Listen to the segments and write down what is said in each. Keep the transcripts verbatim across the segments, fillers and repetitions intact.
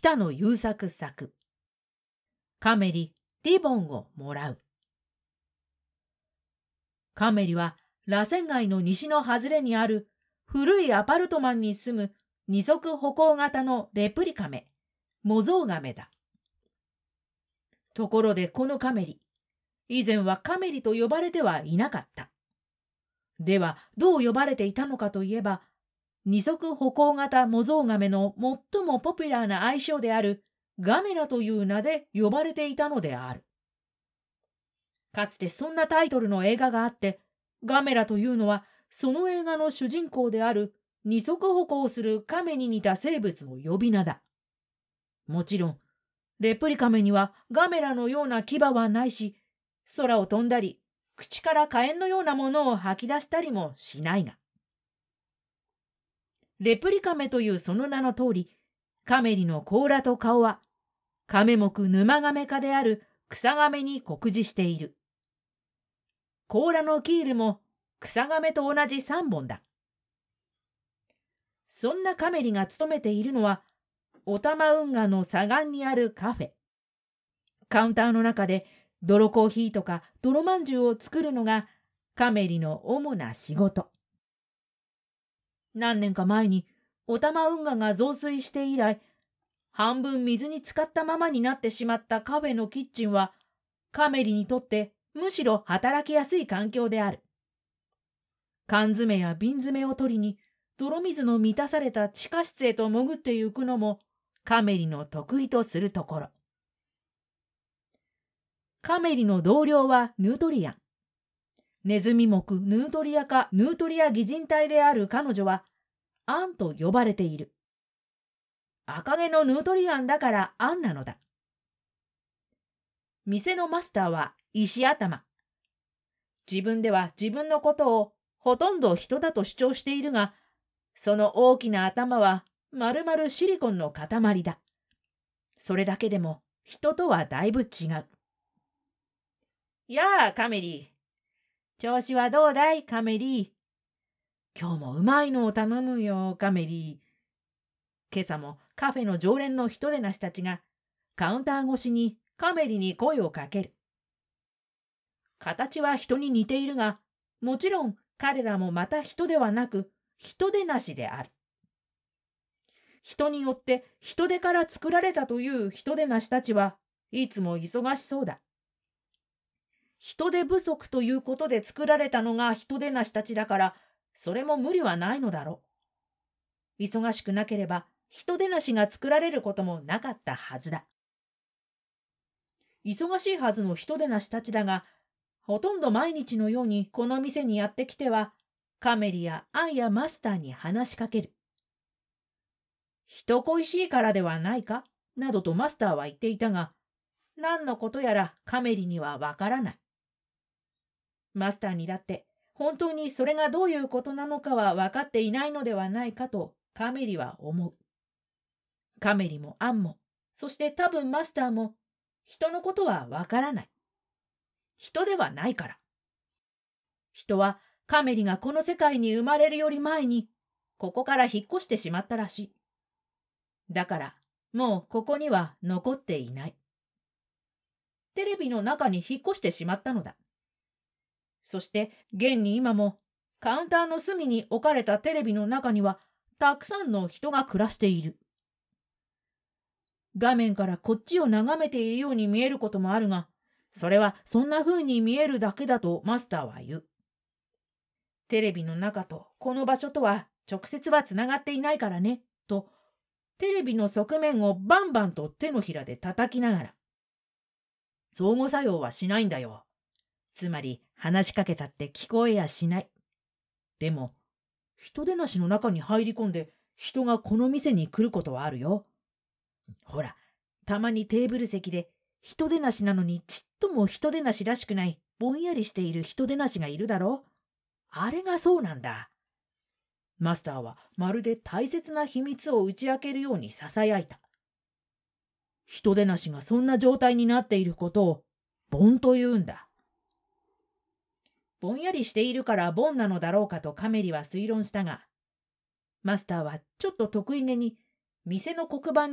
北野優作作。カメリ、リボンをもらう。カメリは螺旋街の西の外れにある古いアパルトマンに住む二足歩行型のレプリカメ、模造ガメだ。ところでこのカメリ、以前はカメリと呼ばれてはいなかった。ではどう呼ばれていたのかといえば、二足歩行型模造ガメの最もポピュラーな愛称であるガメラという名で呼ばれていたのである。かつてそんなタイトルの映画があって、ガメラというのはその映画の主人公である二足歩行するカメに似た生物の呼び名だ。もちろん、レプリカメにはガメラのような牙はないし、空を飛んだり、口から火炎のようなものを吐き出したりもしないが。レプリカメというその名の通り、カメリの甲羅と顔は、カメ目ヌマガメ科である草ガメに酷似している。甲羅のキールも草ガメと同じさんぼんだ。そんなカメリが勤めているのは、オタマ運河の左岸にあるカフェ。カウンターの中で泥コーヒーとか泥まんじゅうを作るのがカメリの主な仕事。何年か前にオタマ運河が増水して以来、半分水に浸かったままになってしまったカフェのキッチンは、カメリにとってむしろ働きやすい環境である。缶詰や瓶詰を取りに、泥水の満たされた地下室へと潜ってゆくのもカメリの得意とするところ。カメリの同僚はヌートリアン。ネズミ目ヌートリア科ヌートリア擬人体である彼女はアンと呼ばれている。赤毛のヌートリアンだからアンなのだ。店のマスターは石頭。自分では自分のことをほとんど人だと主張しているが、その大きな頭はまるまるシリコンの塊だ。それだけでも人とはだいぶ違う。やあ、カメリー。調子はどうだい、カメリー。今日もうまいのを頼むよ、カメリー。今朝もカフェの常連の人でなしたちがカウンター越しにカメリに声をかける。形は人に似ているが、もちろん彼らもまた人ではなく人でなしである。人によって人手から作られたという人でなしたちはいつも忙しそうだ。人手不足ということで作られたのが人でなしたちだから、それも無理はないのだろう。忙しくなければ人でなしが作られることもなかったはずだ。忙しいはずの人でなしたちだが、ほとんど毎日のようにこの店にやってきては、カメリやアンやマスターに話しかける。人恋しいからではないかなどとマスターは言っていたが、何のことやらカメリにはわからない。マスターにだって本当にそれがどういうことなのかは分かっていないのではないかとカメリは思う。カメリもアンも、そして多分マスターも人のことは分からない。人ではないから。人はカメリがこの世界に生まれるより前にここから引っ越してしまったらしい。だからもうここには残っていない。テレビの中に引っ越してしまったのだ。そして現に今もカウンターの隅に置かれたテレビの中にはたくさんの人が暮らしている。画面からこっちを眺めているように見えることもあるが、それはそんな風に見えるだけだとマスターは言う。テレビの中とこの場所とは直接はつながっていないからね、とテレビの側面をバンバンと手のひらで叩きながら。相互作用はしないんだよ。つまり話しかけたって聞こえやしない。でも、人でなしの中に入り込んで人がこの店に来ることはあるよ。ほら、たまにテーブル席で人でなしなのにちっとも人でなしらしくないぼんやりしている人でなしがいるだろう。あれがそうなんだ。マスターはまるで大切な秘密を打ち明けるようにささやいた。人でなしがそんな状態になっていることをボンと言うんだ。ぼんやりしているからボンなのだろうかとカメリは推論したが、マスターはちょっと得意げに店の黒板に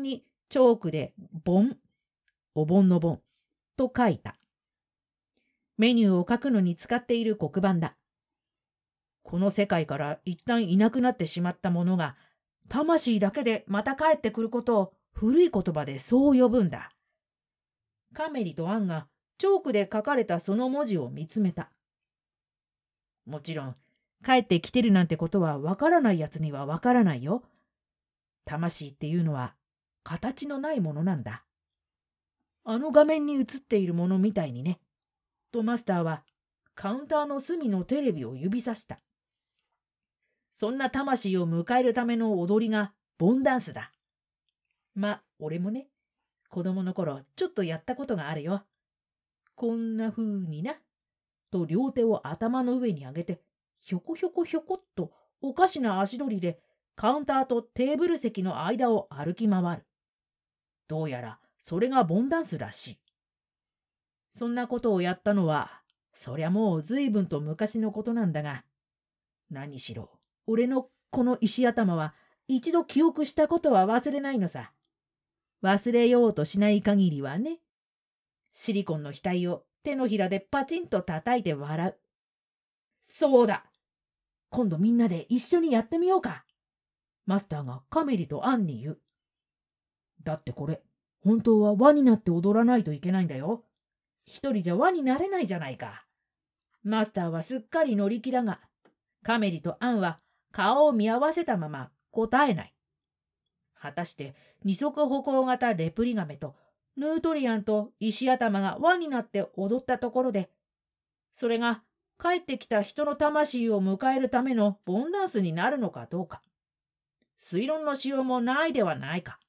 チョークで盆、お盆の盆と書いた。メニューを書くのに使っている黒板だ。この世界から一旦いなくなってしまったものが、魂だけでまた帰ってくることを古い言葉でそう呼ぶんだ。カメリとアンがチョークで書かれたその文字を見つめた。もちろん、帰ってきてるなんてことはわからないやつにはわからないよ。魂っていうのは形のないものなんだ。あの画面に映っているものみたいにね。とマスターはカウンターの隅のテレビを指さした。そんな魂を迎えるための踊りがボンダンスだ。ま、俺もね、子供の頃ちょっとやったことがあるよ。こんな風にな。と両手を頭の上に上げて、ひょこひょこひょこっとおかしな足取りでカウンターとテーブル席の間を歩き回る。どうやらそれがボンダンスらしい。そんなことをやったのは、そりゃもう随分と昔のことなんだが、何しろ、俺のこの石頭は一度記憶したことは忘れないのさ。忘れようとしない限りはね。シリコンの額を手のひらでパチンと叩いて笑う。そうだ。今度みんなで一緒にやってみようか。マスターがカメリとアンに言う。だってこれ、本当は輪になって踊らないといけないんだよ。一人じゃ輪になれないじゃないか。マスターはすっかり乗り気だが、カメリとアンは顔を見合わせたまま答えない。果たして二足歩行型レプリガメとヌートリアンと石頭が輪になって踊ったところで、それが帰ってきた人の魂を迎えるためのボンダンスになるのかどうか。推論のしようもないではないか。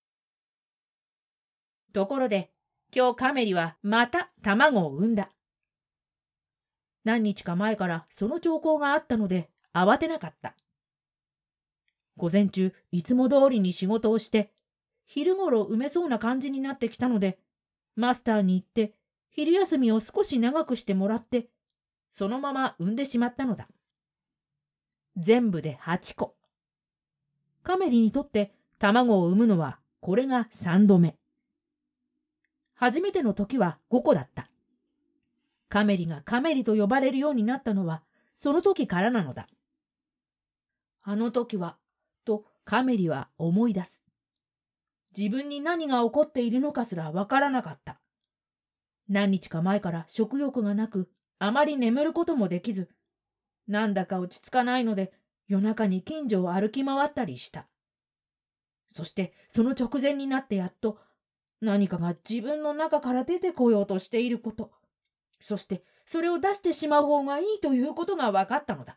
ところで、今日カメリはまた卵を産んだ。何日か前からその兆候があったので慌てなかった。午前中いつも通りに仕事をして、昼ごろ産めそうな感じになってきたので、マスターに言って昼休みを少し長くしてもらって、そのまま産んでしまったのだ。全部ではちこ。カメリにとって卵を産むのはこれがさんどめ。初めての時はごこだった。カメリがカメリと呼ばれるようになったのはその時からなのだ。あの時は、とカメリは思い出す。自分に何が起こっているのかすらわからなかった。何日か前から食欲がなく、あまり眠ることもできず、なんだか落ち着かないので夜中に近所を歩き回ったりした。そしてその直前になってやっと何かが自分の中から出てこようとしていること、そしてそれを出してしまう方がいいということが分かったのだ。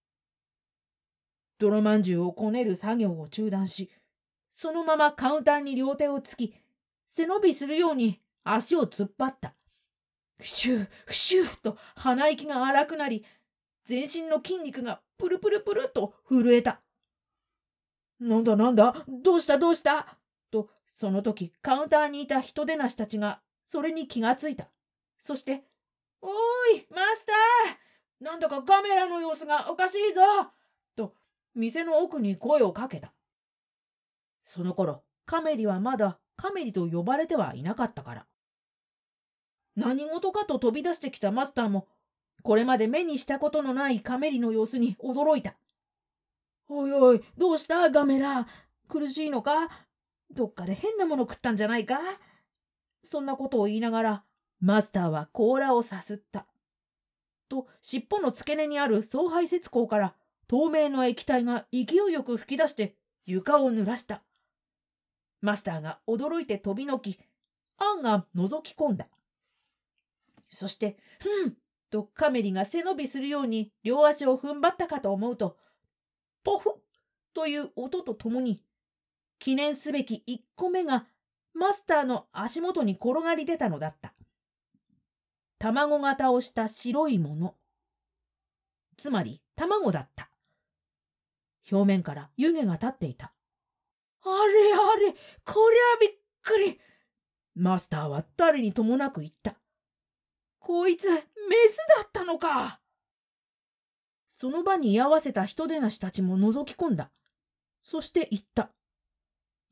泥まんじゅうをこねる作業を中断し、そのままカウンターに両手をつき、背伸びするように足を突っ張った。ふしゅーふしゅーと鼻息が荒くなり、全身の筋肉がプルプルプルと震えた。なんだなんだ、どうしたどうしたと、その時カウンターにいた人でなしたちがそれに気がついた。そして、おーい、マスター、なんだかカメラの様子がおかしいぞと、店の奥に声をかけた。その頃、カメリはまだカメリと呼ばれてはいなかったから。何事かと飛び出してきたマスターも、これまで目にしたことのないカメリの様子に驚いた。おいおい、どうしたガメラ。苦しいのか？どっかで変なもの食ったんじゃないか？そんなことを言いながら、マスターは甲羅をさすった。と、尻尾の付け根にある総排泄口から透明の液体が勢いよく吹き出して床を濡らした。マスターが驚いて飛びのき、アンが覗き込んだ。そして、ふんとカメリが背伸びするように両足を踏ん張ったかと思うと、ポフという音とともに、記念すべき一個目がマスターの足元に転がり出たのだった。卵型をした白いもの。つまり卵だった。表面から湯気が立っていた。あれあれ、こりゃびっくり。マスターは誰にともなく言った。こいつ、メスだったのか。その場に居合わせた人でなしたちも覗き込んだ。そして言った。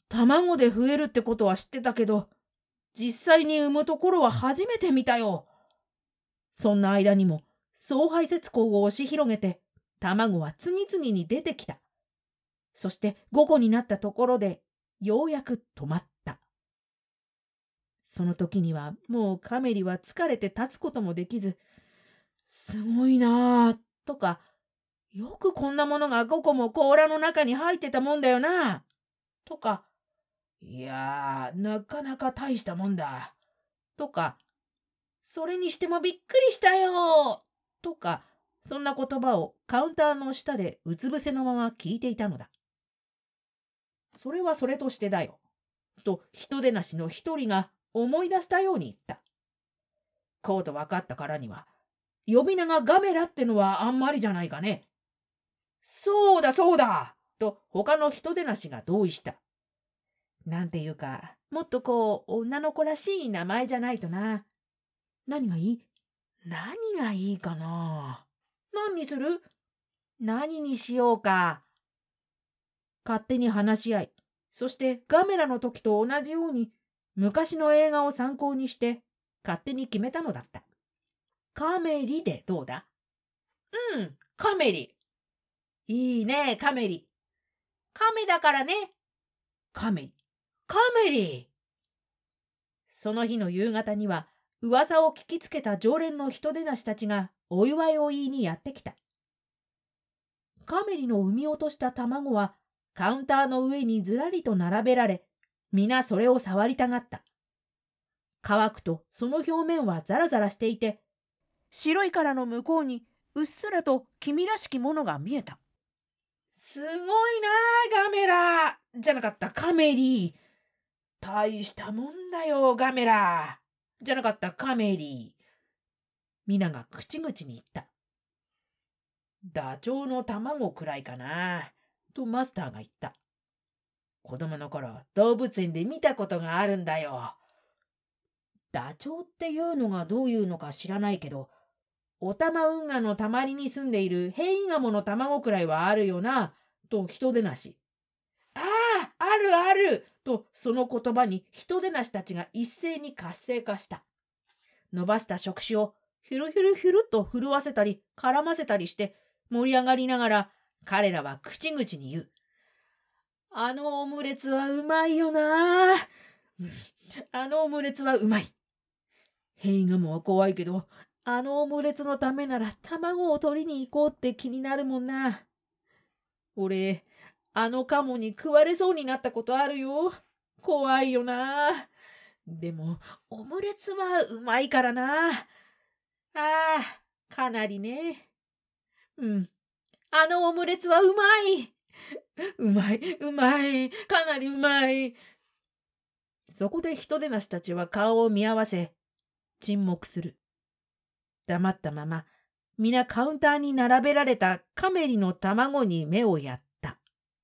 卵で増えるってことは知ってたけど、実際に産むところは初めて見たよ。そんな間にも、総排泄口を押し広げて、卵は次々に出てきた。そして午後になったところで、ようやく止まった。その時にはもうカメリは疲れて立つこともできず、すごいなあとか、よくこんなものがごこも甲羅の中に入ってたもんだよなとか、いやー、なかなか大したもんだとか、それにしてもびっくりしたよとか、そんな言葉をカウンターの下でうつ伏せのまま聞いていたのだ。それはそれとしてだよ。と人でなしの一人が思い出したように言った。こうと分かったからには、呼び名がガメラってのはあんまりじゃないかね。そうだそうだと他の人でなしが同意した。なんていうか、もっとこう女の子らしい名前じゃないとな。何がいい？何がいいかな。何にする？何にしようか。勝手に話し合い、そしてガメラの時と同じように昔の映画を参考にして勝手に決めたのだった。カメリでどうだ？うん、カメリ。いいね、カメリ。カメだからね。カメリ。カメリ。その日の夕方には噂を聞きつけた常連の人でなしたちがお祝いを言いにやってきた。カメリの産み落とした卵はカウンターの上にずらりと並べられ、皆それを触りたがった。乾くとその表面はザラザラしていて、白い殻の向こうにうっすらと黄身らしきものが見えた。すごいなあ、ガメラじゃなかった、カメリ。大したもんだよ、ガメラじゃなかった、カメリ。皆が口々に言った。ダチョウの卵くらいかな、とマスターが言った。子供の頃、動物園で見たことがあるんだよ。ダチョウっていうのがどういうのか知らないけど、オタマ運河のたまりに住んでいるヘイガモの卵くらいはあるよな、と人でなし。ああ、あるあるとその言葉に人でなしたちが一斉に活性化した。伸ばした触手をヒュルヒュルヒュルと震わせたり絡ませたりして盛り上がりながら、彼らは口々に言う。あのオムレツはうまいよな。あのオムレツはうまい。ヘイガモは怖いけど、あのオムレツのためなら卵を取りに行こうって気になるもんな。俺、あのカモに食われそうになったことあるよ。怖いよな。でも、オムレツはうまいからな。ああ、かなりね。うん。あのオムレツはうまい。うまい、うまい、かなりうまい。そこで人でなしたちは顔を見合わせ、沈黙する。黙ったまま、皆カウンターに並べられたカメリの卵に目をやった。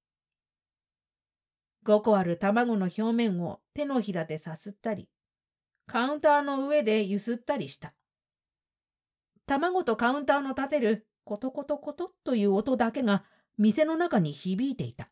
ごこある卵の表面を手のひらでさすったり、カウンターの上でゆすったりした。卵とカウンターの立てるコトコトコトという音だけが店の中に響いていた。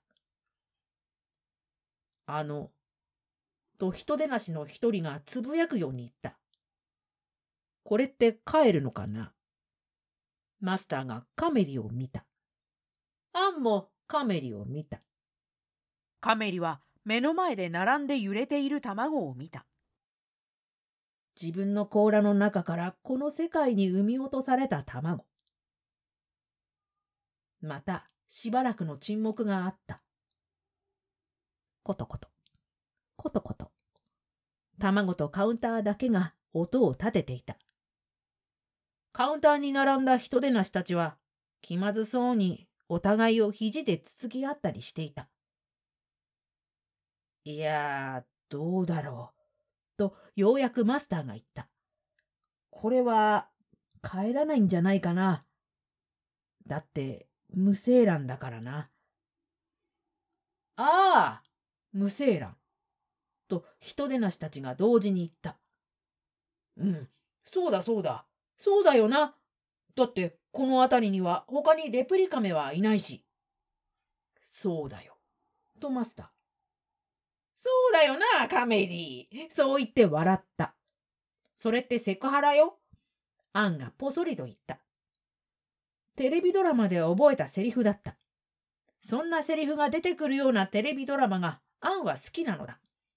あの、と人でなしの一人がつぶやくように言った。これって帰るのかな？マスターがカメリを見た。アンもカメリを見た。カメリは目の前で並んで揺れている卵を見た。自分の甲羅の中からこの世界に産み落とされた卵。またしばらくの沈黙があった。コトコト、コトコト。卵とカウンターだけが音を立てていた。カウンターに並んだ人でなしたちは気まずそうにお互いを肘でつつき合ったりしていた。いやー、どうだろう。とようやくマスターが言った。これは帰らないんじゃないかな。だって無精卵だからな。ああ、無精卵。と人でなしたちが同時に言った。うん、そうだそうだ。そうだよな。だってこの辺りには他にレプリカメはいないし。そうだよ。とマスター。 そうだよな、カメリー。そう言って笑った。それってセクハラよ。アンがぽそりと言った。テレビドラマで覚えたセリフだった。そんなセリフが出てくるようなテレビドラマがアンは好きなのだ。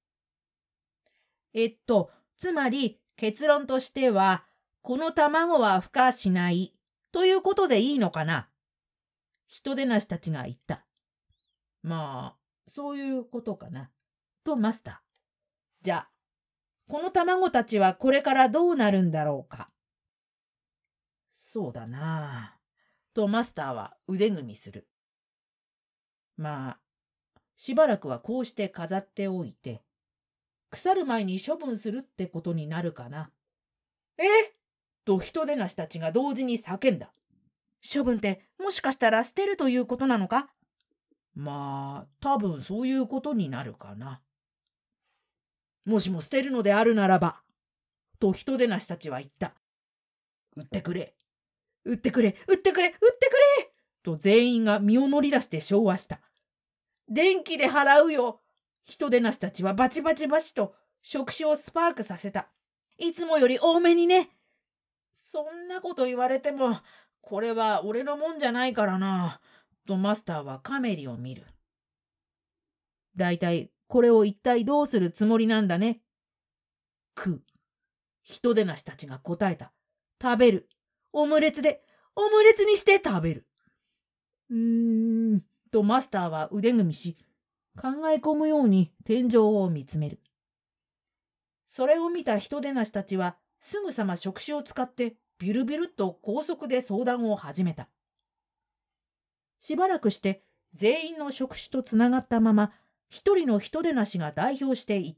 えっと、つまり結論としては、この卵は孵化しないということでいいのかな。人でなしたちが言った。まあ、そういうことかな。とマスター。じゃあ、この卵たちはこれからどうなるんだろうか。そうだなぁ。とマスターは腕組みする。まあ、しばらくはこうして飾っておいて、腐る前に処分するってことになるかな。えと人でなしたちが同時に叫んだ。処分ってもしかしたら捨てるということなのか。まあ、多分そういうことになるかな。もしも捨てるのであるならば、と人でなしたちは言った。売ってくれ、売ってくれ、売ってくれ、売ってくれと全員が身を乗り出して唱和した。電気で払うよ。人でなしたちはバチバチバチと触手をスパークさせた。いつもより多めにね。そんなこと言われても、これは俺のもんじゃないからな。とマスターはカメリを見る。だいたいこれを一体どうするつもりなんだね。食う。人でなしたちが答えた。食べる。オムレツで、オムレツにして食べる。うーん、とマスターは腕組みし、考え込むように天井を見つめる。それを見た人でなしたちは、すぐさま触手を使ってビュルビュルと高速で相談を始めた。しばらくして全員の触手とつながったまま、一人の人でなしが代表して言った。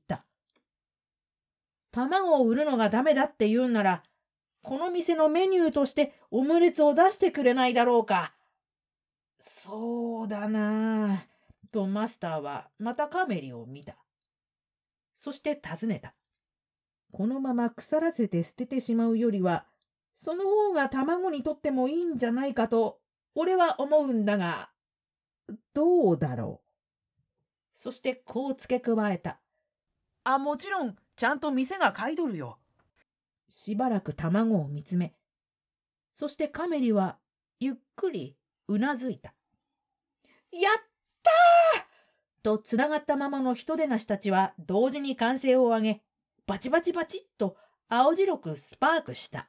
卵を売るのがダメだって言うんなら、この店のメニューとしてオムレツを出してくれないだろうか。そうだなぁ。とマスターはまたカメリを見た。そして尋ねた。このまま腐らせて捨ててしまうよりは、その方が卵にとってもいいんじゃないかと、俺は思うんだが、どうだろう。そしてこう付け加えた。あ、もちろん、ちゃんと店が買い取るよ。しばらく卵を見つめ、そしてカメリはゆっくりうなずいた。やったーとつながったままの人でなしたちは同時に歓声を上げ、バチバチバチッと青白くスパークした。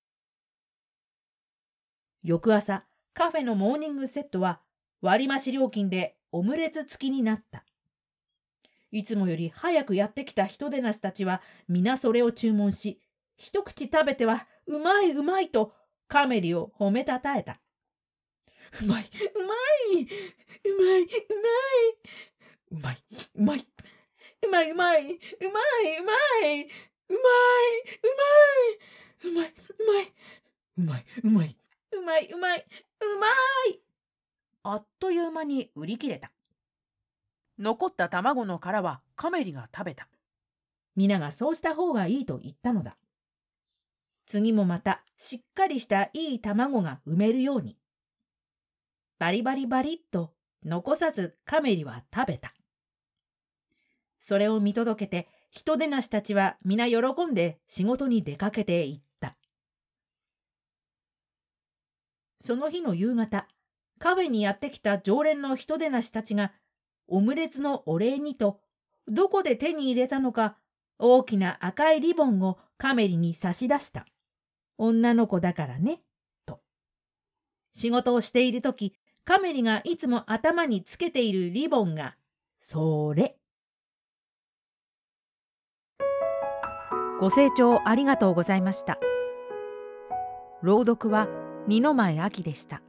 翌朝、カフェのモーニングセットは割増料金でオムレツ付きになった。いつもより早くやってきた人でなしたちは皆それを注文し、一口食べてはうまいうまいとカメリを褒めたたえた。うまい、うまい、うまい、うまい、うまい、うまい、うまい、うまい、うまい、うまい、うまい、うまい、うまい、うまい、うまい、うまい、うまい、うまい、うまい。あっという間に売り切れた。残った卵の殻はカメリが食べた。皆がそうした方がいいと言ったのだ。次もまたしっかりしたいい卵が産めるように。バリバリバリっと残さずカメリは食べた。それを見届けて人でなしたちは皆喜んで仕事に出かけていった。その日の夕方、カフェにやってきた常連の人でなしたちがオムレツのお礼にと、どこで手に入れたのか大きな赤いリボンをカメリに差し出した。女の子だからね、と。仕事をしているとき、カメリがいつも頭につけているリボンが、それ。ご清聴ありがとうございました。朗読は二の前あきでした。